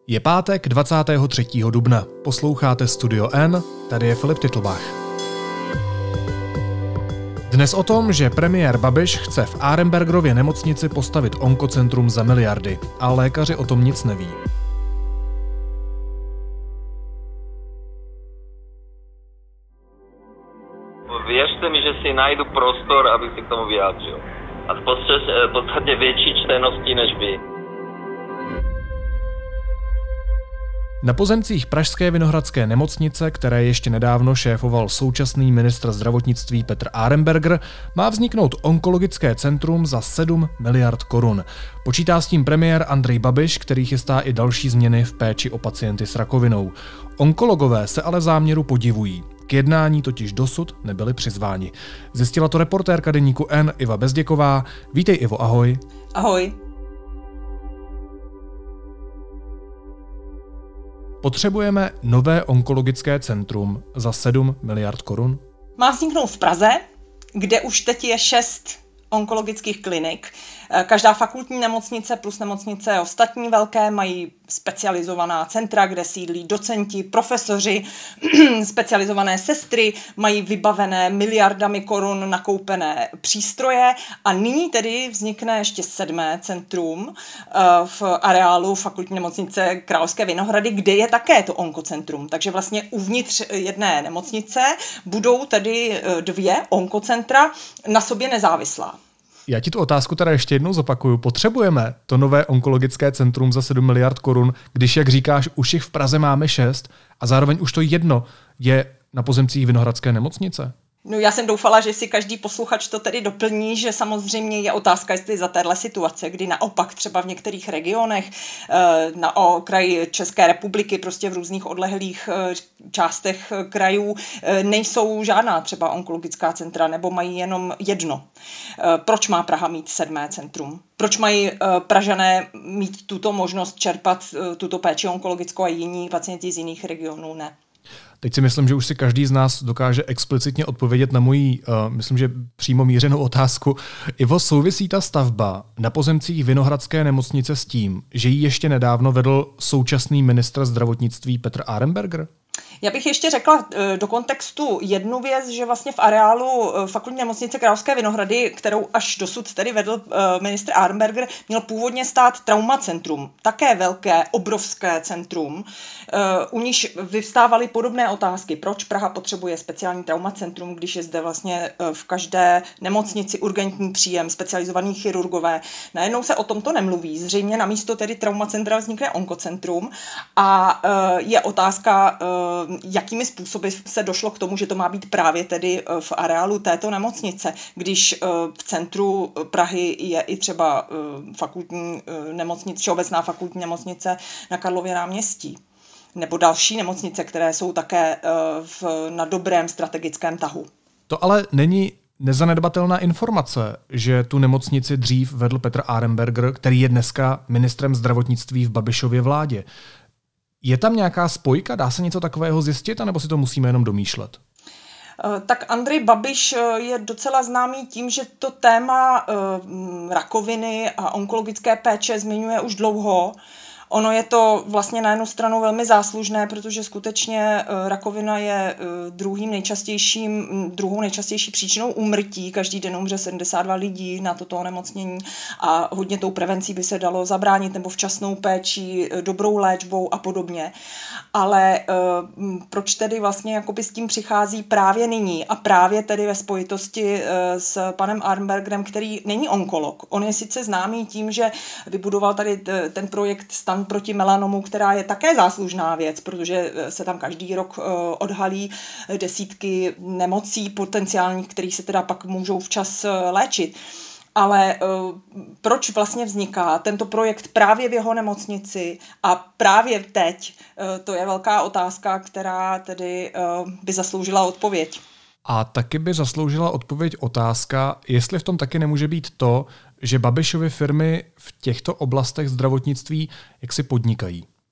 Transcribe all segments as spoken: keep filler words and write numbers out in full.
Je pátek dvacátého třetího dubna. Posloucháte Studio N, tady je Filip Titlbach. Dnes o tom, že premiér Babiš chce v Arenbergerově nemocnici postavit onkocentrum za miliardy, a lékaři o tom nic neví. Věřte mi, že si najdu prostor, abych se k tomu vyjádřil. A v podstatě větší čtenosti než vy. Na pozemcích pražské Vinohradské nemocnice, které ještě nedávno šéfoval současný ministr zdravotnictví Petr Arenberger, má vzniknout onkologické centrum za sedm miliard korun. Počítá s tím premiér Andrej Babiš, který chystá i další změny v péči o pacienty s rakovinou. Onkologové se ale záměru podivují. K jednání totiž dosud nebyli přizváni. Zjistila to reportérka deníku N Iva Bezděková. Vítej, Ivo, ahoj. Ahoj. Potřebujeme nové onkologické centrum za sedm miliard korun? Má vzniknout v Praze, kde už teď je šest onkologických klinik. Každá fakultní nemocnice plus nemocnice ostatní velké mají specializovaná centra, kde sídlí docenti, profesoři, specializované sestry, mají vybavené miliardami korun nakoupené přístroje a nyní tedy vznikne ještě sedmé centrum v areálu fakultní nemocnice Královské Vinohrady, kde je také to onkocentrum. Takže vlastně uvnitř jedné nemocnice budou tedy dvě onkocentra na sobě nezávislá. Já ti tu otázku teda ještě jednou zopakuju. Potřebujeme to nové onkologické centrum za sedm miliard korun, když, jak říkáš, už jich v Praze máme šest a zároveň už to jedno je na pozemcích Vinohradské nemocnice? No, já jsem doufala, že si každý posluchač to tedy doplní, že samozřejmě je otázka, jestli za téhle situace, kdy naopak třeba v některých regionech na okraji České republiky, prostě v různých odlehlých částech krajů nejsou žádná třeba onkologická centra nebo mají jenom jedno. Proč má Praha mít sedmé centrum? Proč mají Pražané mít tuto možnost čerpat tuto péči onkologickou a jiní pacienti z jiných regionů ne? Teď si myslím, že už si každý z nás dokáže explicitně odpovědět na moji, uh, myslím, že přímo mířenou otázku. Ivo, souvisí ta stavba na pozemcích Vinohradské nemocnice s tím, že ji ještě nedávno vedl současný ministr zdravotnictví Petr Arenberger? Já bych ještě řekla do kontextu jednu věc, že vlastně v areálu fakultní nemocnice Královské Vinohrady, kterou až dosud tedy vedl ministr Arenberger, měl původně stát traumacentrum. Také velké, obrovské centrum, u níž vyvstávaly podobné otázky. Proč Praha potřebuje speciální traumacentrum, když je zde vlastně v každé nemocnici urgentní příjem, specializovaný chirurgové. Najednou se o tomto nemluví. Zřejmě na místo tedy traumacentra vznikne onkocentrum a je otázka, jakými způsoby se došlo k tomu, že to má být právě tedy v areálu této nemocnice, když v centru Prahy je i třeba fakultní nemocnice, všeobecná fakultní nemocnice na Karlově náměstí. Nebo další nemocnice, které jsou také v, na dobrém strategickém tahu. To ale není nezanedbatelná informace, že tu nemocnici dřív vedl Petr Arenberger, který je dneska ministrem zdravotnictví v Babišově vládě. Je tam nějaká spojka? Dá se něco takového zjistit, anebo si to musíme jenom domýšlet? Tak Andrej Babiš je docela známý tím, že to téma rakoviny a onkologické péče zmiňuje už dlouho. Ono je to vlastně na jednu stranu velmi záslužné, protože skutečně rakovina je druhým nejčastějším, druhou nejčastější příčinou úmrtí. Každý den umře sedmdesát dva lidí na toto onemocnění a hodně tou prevencí by se dalo zabránit nebo včasnou péčí, dobrou léčbou a podobně. Ale proč tedy vlastně jakoby s tím přichází právě nyní a právě tedy ve spojitosti s panem Arenbergerem, který není onkolog. On je sice známý tím, že vybudoval tady ten projekt Stan proti melanomu, která je také záslužná věc, protože se tam každý rok odhalí desítky nemocí potenciálních, kterých se teda pak můžou včas léčit. Ale uh, proč vlastně vzniká tento projekt právě v jeho nemocnici a právě teď, uh, to je velká otázka, která tedy uh, by zasloužila odpověď. A taky by zasloužila odpověď otázka, jestli v tom taky nemůže být to, že Babišovy firmy v těchto oblastech zdravotnictví jak si podnikají.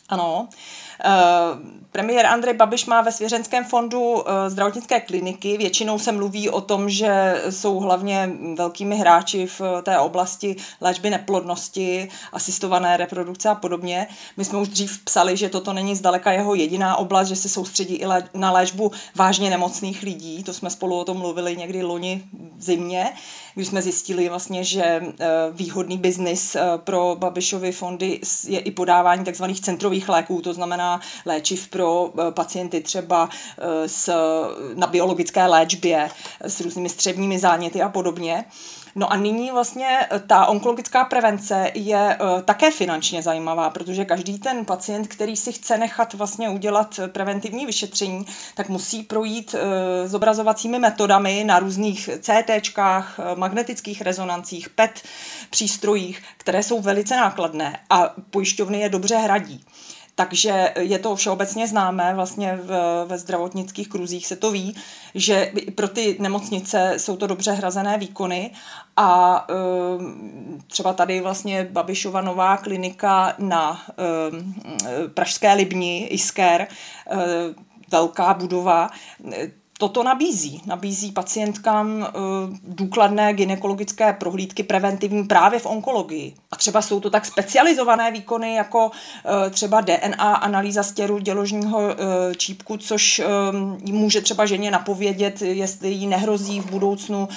Ano. Premiér Andrej Babiš má ve svěřenském fondu zdravotnické kliniky. Většinou se mluví o tom, že jsou hlavně velkými hráči v té oblasti léčby neplodnosti, asistované reprodukce a podobně. My jsme už dřív psali, že toto není zdaleka jeho jediná oblast, že se soustředí i na léčbu vážně nemocných lidí. To jsme spolu o tom mluvili někdy loni v zimě, když jsme zjistili vlastně, že výhodný biznis pro Babišovy fondy je i podávání takzvaných centrových léků, to znamená léčiv pro pacienty třeba s, na biologické léčbě s různými střevními záněty a podobně. No a nyní vlastně ta onkologická prevence je také finančně zajímavá, protože každý ten pacient, který si chce nechat vlastně udělat preventivní vyšetření, tak musí projít zobrazovacími metodami na různých cé téčkách, magnetických rezonancích, P E T přístrojích, které jsou velice nákladné a pojišťovny je dobře hradí. Takže je to všeobecně známé, vlastně v, ve zdravotnických kruzích se to ví, že pro ty nemocnice jsou to dobře hrazené výkony a e, třeba tady vlastně Babišova nová klinika na e, pražské Libni, Isker, e, velká budova, toto nabízí. Nabízí pacientkám důkladné gynekologické prohlídky preventivní právě v onkologii. A třeba jsou to tak specializované výkony, jako třeba D N A analýza stěru děložního čípku, což může třeba ženě napovědět, jestli jí nehrozí v budoucnu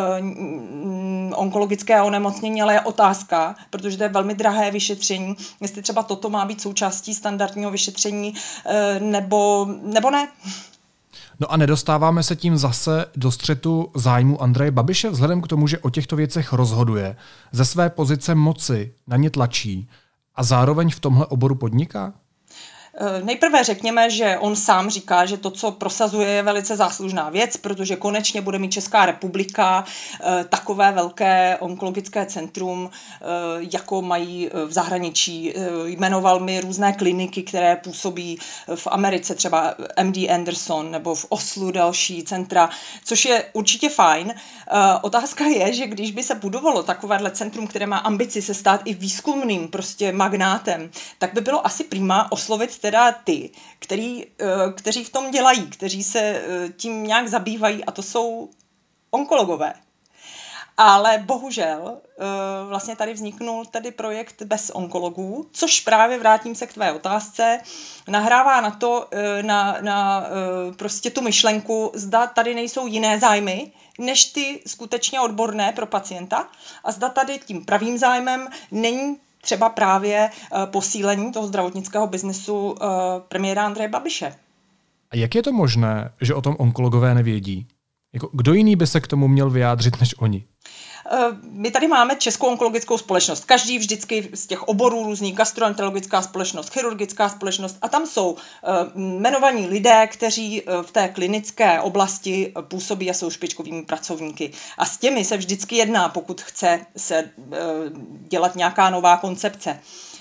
onkologické onemocnění, ale je otázka, protože to je velmi drahé vyšetření, jestli třeba toto má být součástí standardního vyšetření nebo, nebo ne. No a nedostáváme se tím zase do střetu zájmu Andreje Babiše, vzhledem k tomu, že o těchto věcech rozhoduje, ze své pozice moci na ně tlačí a zároveň v tomhle oboru podniká? Nejprve řekněme, že on sám říká, že to, co prosazuje, je velice záslužná věc, protože konečně bude mít Česká republika takové velké onkologické centrum, jako mají v zahraničí. Jmenoval mi různé kliniky, které působí v Americe, třeba M D Anderson nebo v Oslu další centra, což je určitě fajn. Otázka je, že když by se budovalo takovéhle centrum, které má ambici se stát i výzkumným prostě magnátem, tak by bylo asi prima oslovit teda ty, který, kteří v tom dělají, kteří se tím nějak zabývají, a to jsou onkologové. Ale bohužel vlastně tady vzniknul tedy projekt bez onkologů, což právě, vrátím se k tvé otázce, nahrává na to, na, na prostě tu myšlenku, zda tady nejsou jiné zájmy, než ty skutečně odborné pro pacienta, a zda tady tím pravým zájmem není třeba právě posílení toho zdravotnického biznesu premiéra Andreje Babiše. A jak je to možné, že o tom onkologové nevědí? Jako, kdo jiný by se k tomu měl vyjádřit než oni? My tady máme Českou onkologickou společnost. Každý vždycky z těch oborů různý, gastroenterologická společnost, chirurgická společnost, a tam jsou jmenovaní lidé, kteří v té klinické oblasti působí a jsou špičkovými pracovníky. A s těmi se vždycky jedná, pokud chce se dělat nějaká nová koncepce.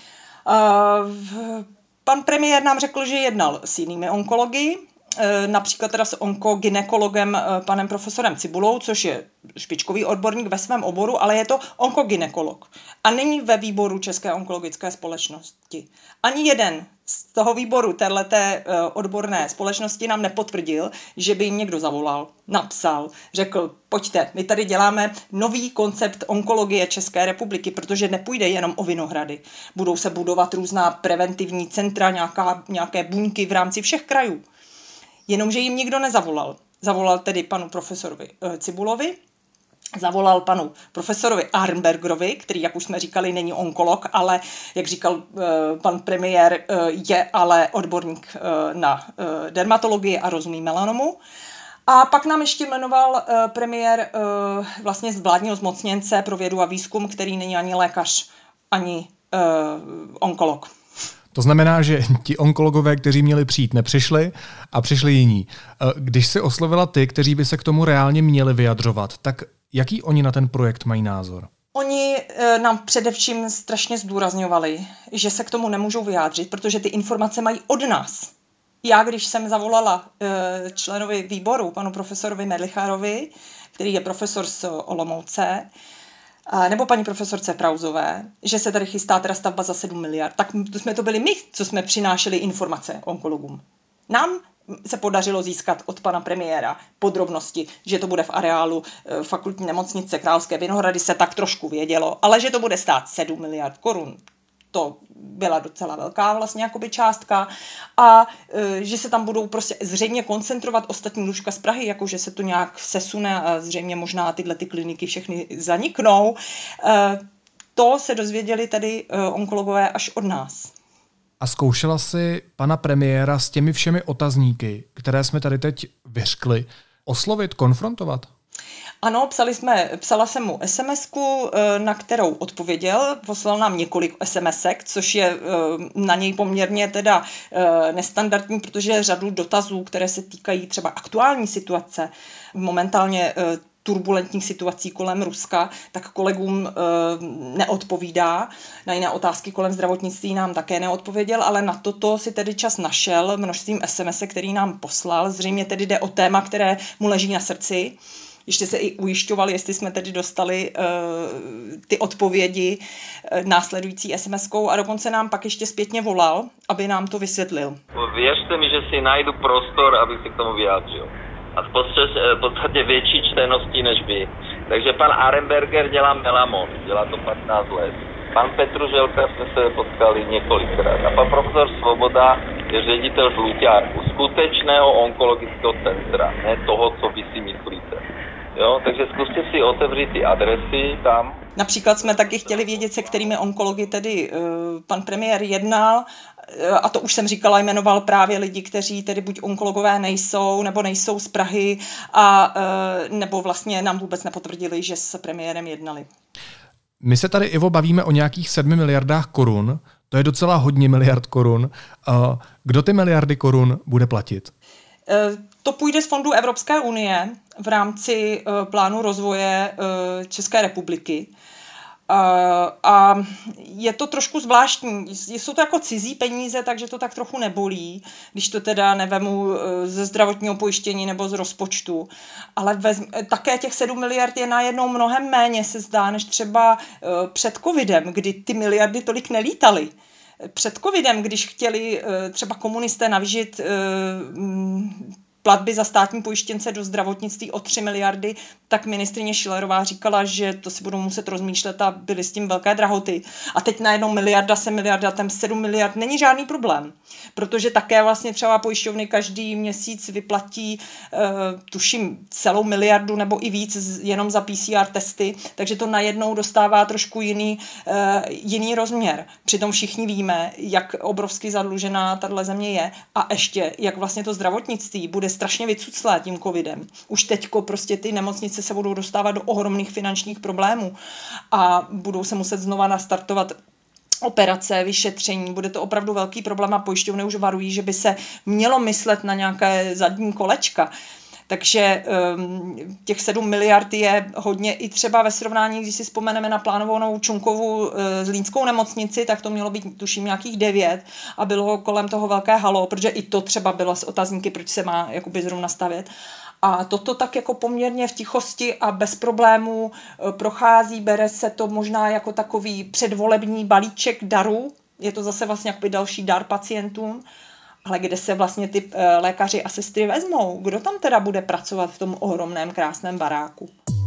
Pan premiér nám řekl, že jednal s jinými onkology, například teda s onkogynekologem panem profesorem Cibulou, což je špičkový odborník ve svém oboru, ale je to onkogynekolog. A není ve výboru České onkologické společnosti. Ani jeden z toho výboru téhleté odborné společnosti nám nepotvrdil, že by jim někdo zavolal, napsal, řekl, pojďte, my tady děláme nový koncept onkologie České republiky, protože nepůjde jenom o Vinohrady. Budou se budovat různá preventivní centra, nějaká, nějaké buňky v rámci všech krajů. Jenomže jim nikdo nezavolal. Zavolal tedy panu profesorovi Cibulovi, zavolal panu profesorovi Arenbergerovi, který, jak už jsme říkali, není onkolog, ale, jak říkal pan premiér, je ale odborník na dermatologii a rozumí melanomu. A pak nám ještě jmenoval premiér vlastně z vládního zmocněnce pro vědu a výzkum, který není ani lékař, ani onkolog. To znamená, že ti onkologové, kteří měli přijít, nepřišli a přišli jiní. Když si oslovila ty, kteří by se k tomu reálně měli vyjadřovat, tak jaký oni na ten projekt mají názor? Oni nám především strašně zdůrazňovali, že se k tomu nemůžou vyjádřit, protože ty informace mají od nás. Já, když jsem zavolala členovi výboru, panu profesorovi Medlichárovi, který je profesor z Olomouce, A nebo paní profesorce Prauzové, že se tady chystá teda stavba za sedm miliard. Tak to jsme to byli my, co jsme přinášeli informace onkologům. Nám se podařilo získat od pana premiéra podrobnosti, že to bude v areálu fakultní nemocnice Královské Vinohrady, se tak trošku vědělo, ale že to bude stát sedm miliard korun. To byla docela velká vlastně jakoby částka a e, že se tam budou prostě zřejmě koncentrovat ostatní lůžka z Prahy, jakože se to nějak sesune a zřejmě možná tyhle ty kliniky všechny zaniknou. E, to se dozvěděli tedy e, onkologové až od nás. A zkoušela si pana premiéra s těmi všemi otazníky, které jsme tady teď vyřkli, oslovit, konfrontovat? Ano, psali jsme, psala jsem mu SMSku, na kterou odpověděl, poslal nám několik SMSek, což je na něj poměrně teda nestandardní, protože řadu dotazů, které se týkají třeba aktuální situace, momentálně turbulentních situací kolem Ruska, tak kolegům e, neodpovídá. Na jiné otázky kolem zdravotnictví nám také neodpověděl, ale na toto si tedy čas našel množstvím SMSek, který nám poslal. Zřejmě tedy jde o téma, které mu leží na srdci. Ještě se i ujišťoval, jestli jsme tedy dostali uh, ty odpovědi uh, následující SMSkou a dokonce nám pak ještě zpětně volal, aby nám to vysvětlil. Věřte mi, že si najdu prostor, abych se k tomu vyjádřil. A v podstatě větší čteností než vy. Takže pan Arenberger dělá melamon, dělá to patnáct let. Pan Petruželka jsme se potkali několikrát. A pan profesor Svoboda je ředitel žluťárku, skutečného onkologického centra, ne toho, co vy si myslíte. Jo, takže zkuste si otevřít ty adresy tam. Například jsme taky chtěli vědět, se kterými onkology tedy uh, pan premiér jednal, uh, a to už jsem říkala, jmenoval právě lidi, kteří tedy buď onkologové nejsou, nebo nejsou z Prahy, a uh, nebo vlastně nám vůbec nepotvrdili, že s premiérem jednali. My se tady, Ivo, bavíme o nějakých sedmi miliardách korun, to je docela hodně miliard korun. Uh, kdo ty miliardy korun bude platit? To půjde z fondů Evropské unie v rámci plánu rozvoje České republiky. A je to trošku zvláštní. Jsou to jako cizí peníze, takže to tak trochu nebolí, když to teda nevemu ze zdravotního pojištění nebo z rozpočtu. Ale vezm, také těch sedm miliard je najednou mnohem méně, se zdá, než třeba před covidem, kdy ty miliardy tolik nelítaly. Před covidem, když chtěli třeba komunisté navýšit platby za státní pojištěnce do zdravotnictví o tři miliardy, tak ministryně Schillerová říkala, že to si budou muset rozmýšlet a byly s tím velké drahoty. A teď najednou miliarda se miliarda, tam sedm miliard není žádný problém, protože také vlastně třeba pojišťovny každý měsíc vyplatí, uh, tuším, celou miliardu nebo i víc jenom za P C R testy, takže to najednou dostává trošku jiný, uh, jiný rozměr. Přitom všichni víme, jak obrovsky zadlužená tato země je a ještě, jak vlastně to zdravotnictví bude strašně vycuclé tím covidem. Už teďko prostě ty nemocnice se budou dostávat do ohromných finančních problémů a budou se muset znova nastartovat operace, vyšetření, bude to opravdu velký problém a pojišťovny už varují, že by se mělo myslet na nějaké zadní kolečka. Takže um, těch sedm miliard je hodně i třeba ve srovnání, když si vzpomeneme na plánovanou Čunkovu uh, zlínskou nemocnici, tak to mělo být tuším nějakých devět a bylo kolem toho velké halo, protože i to třeba bylo s otazníky, proč se má jakoby zrovna stavět. A toto tak jako poměrně v tichosti a bez problémů uh, prochází, bere se to možná jako takový předvolební balíček darů, je to zase vlastně jakoby další dar pacientům. Ale kde se vlastně ty lékaři a sestry vezmou? Kdo tam teda bude pracovat v tom ohromném krásném baráku?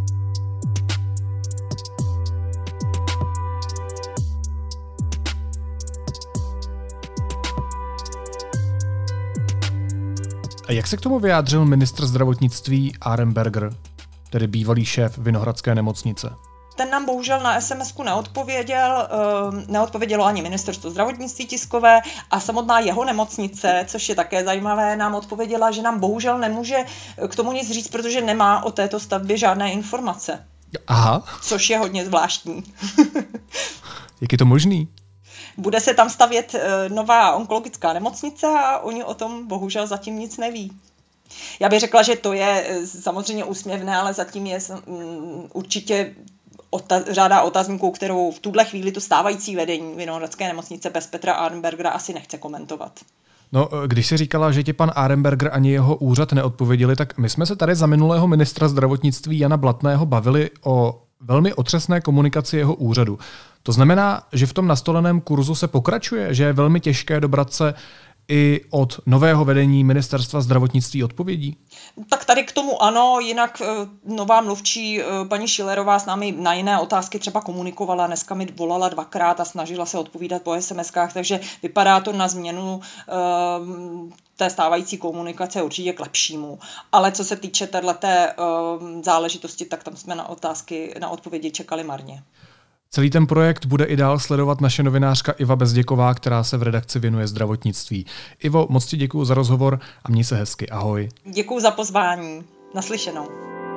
A jak se k tomu vyjádřil ministr zdravotnictví Arenberger, tedy bývalý šéf Vinohradské nemocnice? Ten nám bohužel na SMSku neodpověděl, neodpovědělo ani ministerstvo zdravotnictví tiskové a samotná jeho nemocnice, což je také zajímavé, nám odpověděla, že nám bohužel nemůže k tomu nic říct, protože nemá o této stavbě žádné informace. Aha. Což je hodně zvláštní. Jak je to možný? Bude se tam stavět nová onkologická nemocnice a oni o tom bohužel zatím nic neví. Já bych řekla, že to je samozřejmě úsměvné, ale zatím je určitě Ota- řada otazníků, kterou v tuhle chvíli to stávající vedení Vinohradské nemocnice bez Petra Arenbergera asi nechce komentovat. No, když si říkala, že ti pan Arenberger ani jeho úřad neodpověděli, tak my jsme se tady za minulého ministra zdravotnictví Jana Blatného bavili o velmi otřesné komunikaci jeho úřadu. To znamená, že v tom nastoleném kurzu se pokračuje, že je velmi těžké dobrat se i od nového vedení ministerstva zdravotnictví odpovědí? Tak tady k tomu ano, jinak nová mluvčí paní Schillerová s námi na jiné otázky třeba komunikovala, dneska mi volala dvakrát a snažila se odpovídat po es em eskách, takže vypadá to na změnu uh, té stávající komunikace určitě k lepšímu. Ale co se týče této uh, záležitosti, tak tam jsme na otázky, na odpovědi čekali marně. Celý ten projekt bude i dál sledovat naše novinářka Iva Bezděková, která se v redakci věnuje zdravotnictví. Ivo, moc ti děkuju za rozhovor a měj se hezky. Ahoj. Děkuju za pozvání. Naslyšenou.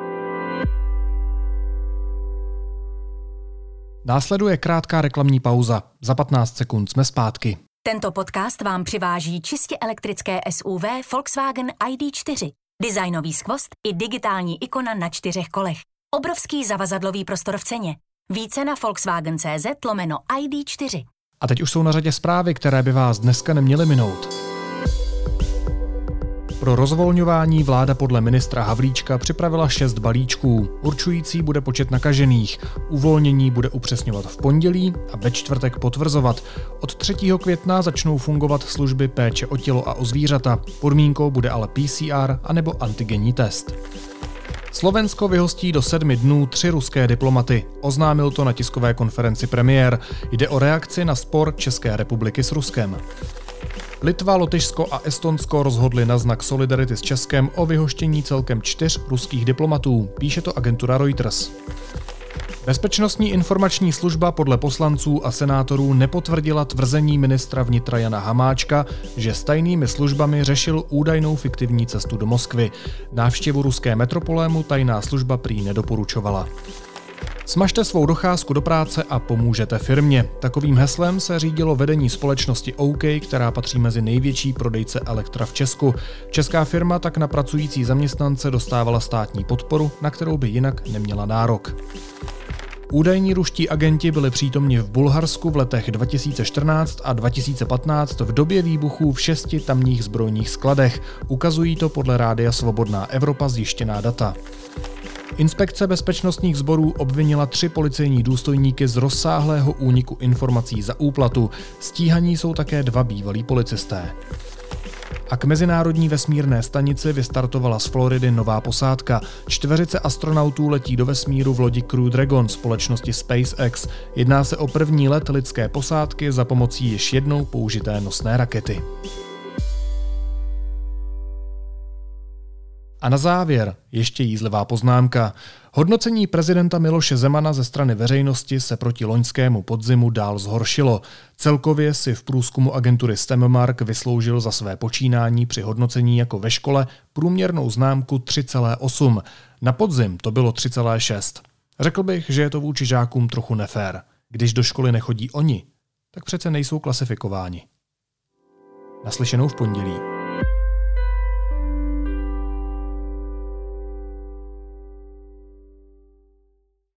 Následuje krátká reklamní pauza. Za patnáct sekund jsme zpátky. Tento podcast vám přiváží čistě elektrické es u vé Volkswagen í dé čtyři. Designový skvost i digitální ikona na čtyřech kolech. Obrovský zavazadlový prostor v ceně. Více na Volkswagen tečka cé zet lomeno í dé čtyři. A teď už jsou na řadě zprávy, které by vás dneska neměly minout. Pro rozvolňování vláda podle ministra Havlíčka připravila šest balíčků. Určující bude počet nakažených. Uvolnění bude upřesňovat v pondělí a ve čtvrtek potvrzovat. Od třetího května začnou fungovat služby péče o tělo a o zvířata. Podmínkou bude ale pé cé er anebo antigenní test. Slovensko vyhostí do sedmi dnů tři ruské diplomaty. Oznámil to na tiskové konferenci premiér. Jde o reakci na spor České republiky s Ruskem. Litva, Lotyšsko a Estonsko rozhodli na znak solidarity s Českem o vyhoštění celkem čtyř ruských diplomatů, píše to agentura Reuters. Bezpečnostní informační služba podle poslanců a senátorů nepotvrdila tvrzení ministra vnitra Jana Hamáčka, že s tajnými službami řešil údajnou fiktivní cestu do Moskvy. Návštěvu ruské metropole mu tajná služba prý nedoporučovala. Smažte svou docházku do práce a pomůžete firmě. Takovým heslem se řídilo vedení společnosti OK, která patří mezi největší prodejce elektra v Česku. Česká firma tak na pracující zaměstnance dostávala státní podporu, na kterou by jinak neměla nárok. Údajní ruští agenti byli přítomni v Bulharsku v letech dva tisíce čtrnáct a dva tisíce patnáct v době výbuchů v šesti tamních zbrojních skladech. Ukazují to podle Rádia Svobodná Evropa zjištěná data. Inspekce bezpečnostních sborů obvinila tři policejní důstojníky z rozsáhlého úniku informací za úplatu. Stíhaní jsou také dva bývalí policisté. A k mezinárodní vesmírné stanici vystartovala z Floridy nová posádka. Čtveřice astronautů letí do vesmíru v lodi Crew Dragon společnosti SpaceX. Jedná se o první let lidské posádky za pomocí již jednou použité nosné rakety. A na závěr ještě jízlivá poznámka. Hodnocení prezidenta Miloše Zemana ze strany veřejnosti se proti loňskému podzimu dál zhoršilo. Celkově si v průzkumu agentury StemMark vysloužil za své počínání při hodnocení jako ve škole průměrnou známku tři celá osm. Na podzim to bylo tři celá šest. Řekl bych, že je to vůči žákům trochu nefér. Když do školy nechodí oni, tak přece nejsou klasifikováni. Naslyšenou v pondělí.